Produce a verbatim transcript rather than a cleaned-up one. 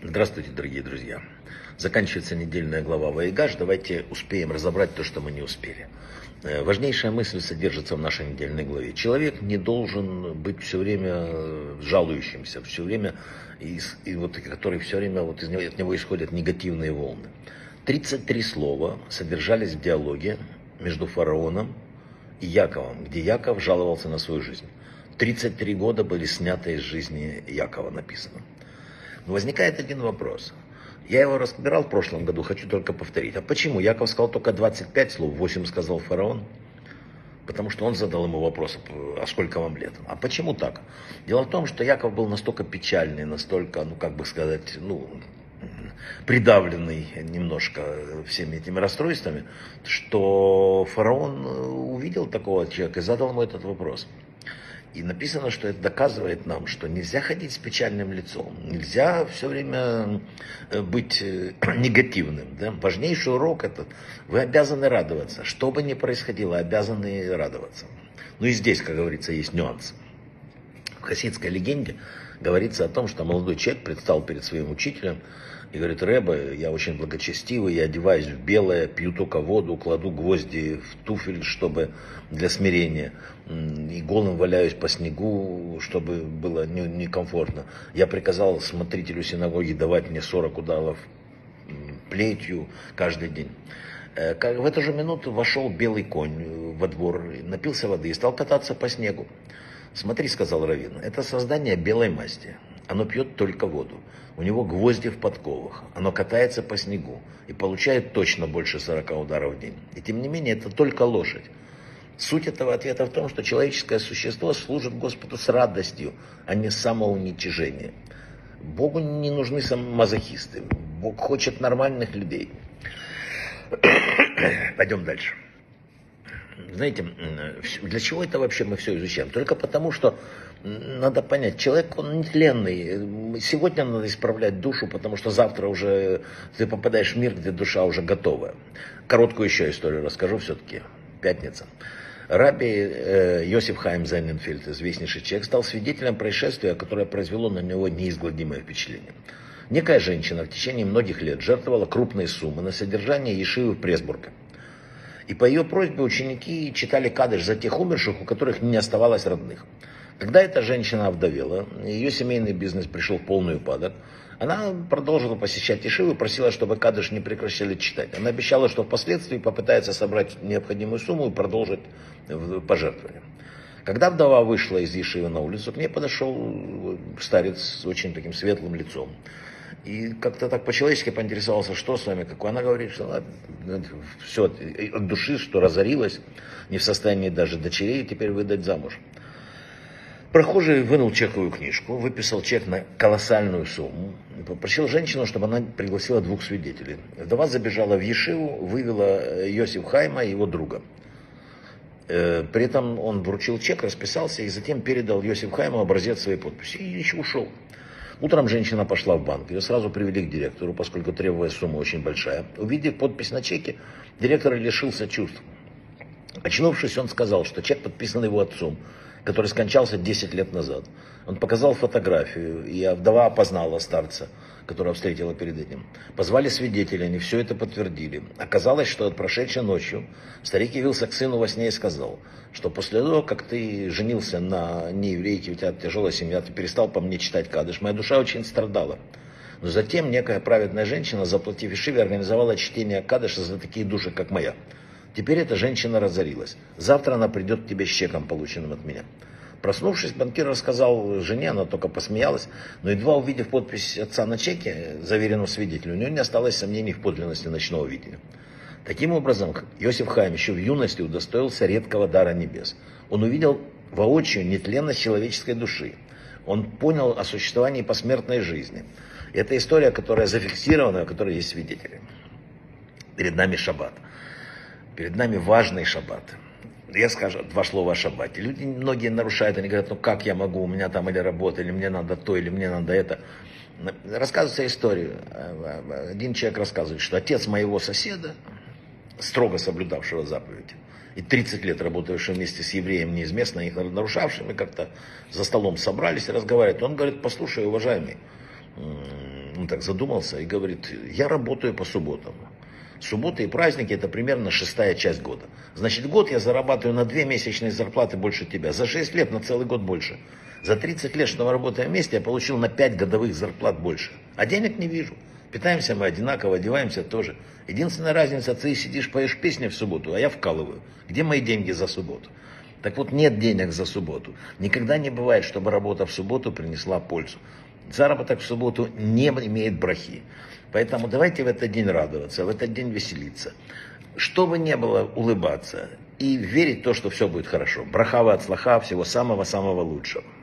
Здравствуйте, дорогие друзья. Заканчивается недельная глава Ваигаш. Давайте успеем разобрать то, что мы не успели. Важнейшая мысль содержится в нашей недельной главе. Человек не должен быть все время жалующимся, все время, и, и вот, который все время вот из него, от него исходят негативные волны. тридцать три слова содержались в диалоге между фараоном и Яковом, где Яков жаловался на свою жизнь. тридцать три года были сняты из жизни Якова, написано. Но возникает один вопрос. Я его разбирал в прошлом году, хочу только повторить. А почему? Яков сказал только двадцать пять слов, восемь сказал фараон. Потому что он задал ему вопрос, а сколько вам лет? А почему так? Дело в том, что Яков был настолько печальный, настолько, ну как бы сказать, ну, придавленный немножко всеми этими расстройствами, что фараон увидел такого человека и задал ему этот вопрос. И написано, что это доказывает нам, что нельзя ходить с печальным лицом, нельзя все время быть негативным. Да? Важнейший урок этот, вы обязаны радоваться, что бы ни происходило, обязаны радоваться. Ну и здесь, как говорится, есть нюанс. В хасидской легенде говорится о том, что молодой человек предстал перед своим учителем и говорит: Ребе, я очень благочестивый, я одеваюсь в белое, пью только воду, кладу гвозди в туфель, чтобы для смирения, и голым валяюсь по снегу, чтобы было некомфортно. Я приказал смотрителю синагоги давать мне сорок ударов плетью каждый день. В эту же минуту вошел белый конь во двор, напился воды и стал кататься по снегу. Смотри, сказал раввин, это создание белой масти. Оно пьет только воду. У него гвозди в подковах. Оно катается по снегу и получает точно больше сорока ударов в день. И тем не менее, это только лошадь. Суть этого ответа в том, что человеческое существо служит Господу с радостью, а не с самоуничижением. Богу не нужны мазохисты. Бог хочет нормальных людей. Пойдем дальше. Знаете, для чего это вообще мы все изучаем? Только потому, что надо понять, человек, он нетленный. Сегодня надо исправлять душу, потому что завтра уже ты попадаешь в мир, где душа уже готова. Короткую еще историю расскажу все-таки. Пятница. Рабби э, Йосеф Хаим Зайненфельд, известнейший человек, стал свидетелем происшествия, которое произвело на него неизгладимое впечатление. Некая женщина в течение многих лет жертвовала крупные суммы на содержание ешивы в Пресбурге. И по ее просьбе ученики читали кадыш за тех умерших, у которых не оставалось родных. Когда эта женщина овдовела, ее семейный бизнес пришел в полный упадок, она продолжила посещать ешиву и просила, чтобы кадыш не прекращали читать. Она обещала, что впоследствии попытается собрать необходимую сумму и продолжить пожертвование. Когда вдова вышла из ешивы на улицу, к ней подошел старец с очень таким светлым лицом. И как-то так по-человечески поинтересовался, что с вами, какой. Она говорит, что ладно, все от души, что разорилась, не в состоянии даже дочерей теперь выдать замуж. Прохожий вынул чековую книжку, выписал чек на колоссальную сумму, попросил женщину, чтобы она пригласила двух свидетелей. Вдова забежала в ешиву, вывела Йосиф Хайма и его друга. При этом он вручил чек, расписался и затем передал Йосиф Хайму образец своей подписи и еще ушел. Утром женщина пошла в банк, ее сразу привели к директору, поскольку требовалась сумма очень большая. Увидев подпись на чеке, директор лишился чувств. Очнувшись, он сказал, что чек подписан его отцом, который скончался десять лет назад. Он показал фотографию, и вдова опознала старца, которого встретила перед этим. Позвали свидетелей, они все это подтвердили. Оказалось, что прошедшей ночью старик явился к сыну во сне и сказал, что после того, как ты женился на нееврейке, у тебя тяжелая семья, ты перестал по мне читать кадыш, моя душа очень страдала. Но затем некая праведная женщина, заплатив ешиве, организовала чтение кадыша за такие души, как моя. Теперь эта женщина разорилась. Завтра она придет к тебе с чеком, полученным от меня. Проснувшись, банкир рассказал жене, она только посмеялась, но едва увидев подпись отца на чеке, заверенном свидетелю, у нее не осталось сомнений в подлинности ночного видения. Таким образом, Йосиф Хайм еще в юности удостоился редкого дара небес. Он увидел воочию нетленность человеческой души. Он понял о существовании посмертной жизни. И это история, которая зафиксирована, о которой есть свидетели. Перед нами шаббат. Перед нами важный шаббат. Я скажу два слова о шаббате. Люди многие нарушают, они говорят, ну как я могу, у меня там или работа, или мне надо то, или мне надо это. Рассказывается история. Один человек рассказывает, что отец моего соседа, строго соблюдавшего заповеди, и тридцать лет работавший вместе с евреем, неизместно их нарушавшими, как-то за столом собрались и разговаривают. Он говорит, послушай, уважаемый, он так задумался и говорит, я работаю по субботам. Субботы и праздники это примерно шестая часть года. Значит, год я зарабатываю на две месячные зарплаты больше тебя. За шесть лет на целый год больше. За тридцать лет, что мы работаем вместе, я получил на пять годовых зарплат больше. А денег не вижу. Питаемся мы одинаково, одеваемся тоже. Единственная разница, ты сидишь, поешь песни в субботу, а я вкалываю. Где мои деньги за субботу? Так вот, нет денег за субботу. Никогда не бывает, чтобы работа в субботу принесла пользу. Заработок в субботу не имеет брахи. Поэтому давайте в этот день радоваться, в этот день веселиться. Что бы ни было, улыбаться и верить в то, что все будет хорошо. Браха ва ацлаха, всего самого-самого лучшего.